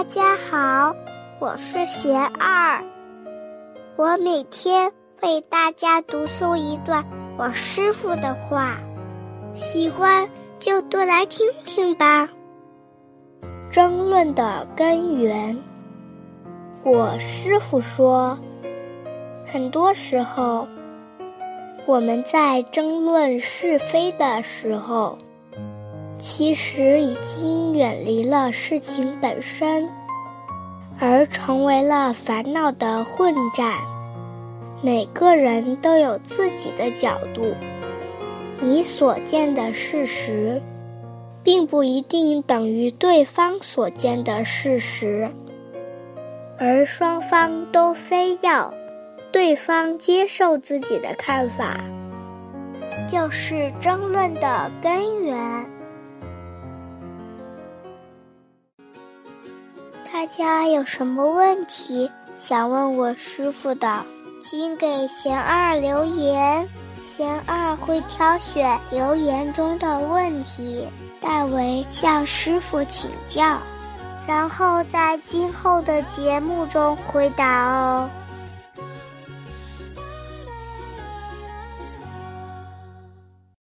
家好，我是贤二，我每天为大家读诵一段我师父的话，喜欢就多来听听吧。争论的根源。我师父说，很多时候我们在争论是非的时候，其实已经远离了事情本身，而成为了烦恼的混战。每个人都有自己的角度，你所见的事实，并不一定等于对方所见的事实，而双方都非要对方接受自己的看法，就是争论的根源。大家有什么问题想问我师父的，请给贤二留言，贤二会挑选留言中的问题，代为向师父请教，然后在今后的节目中回答哦。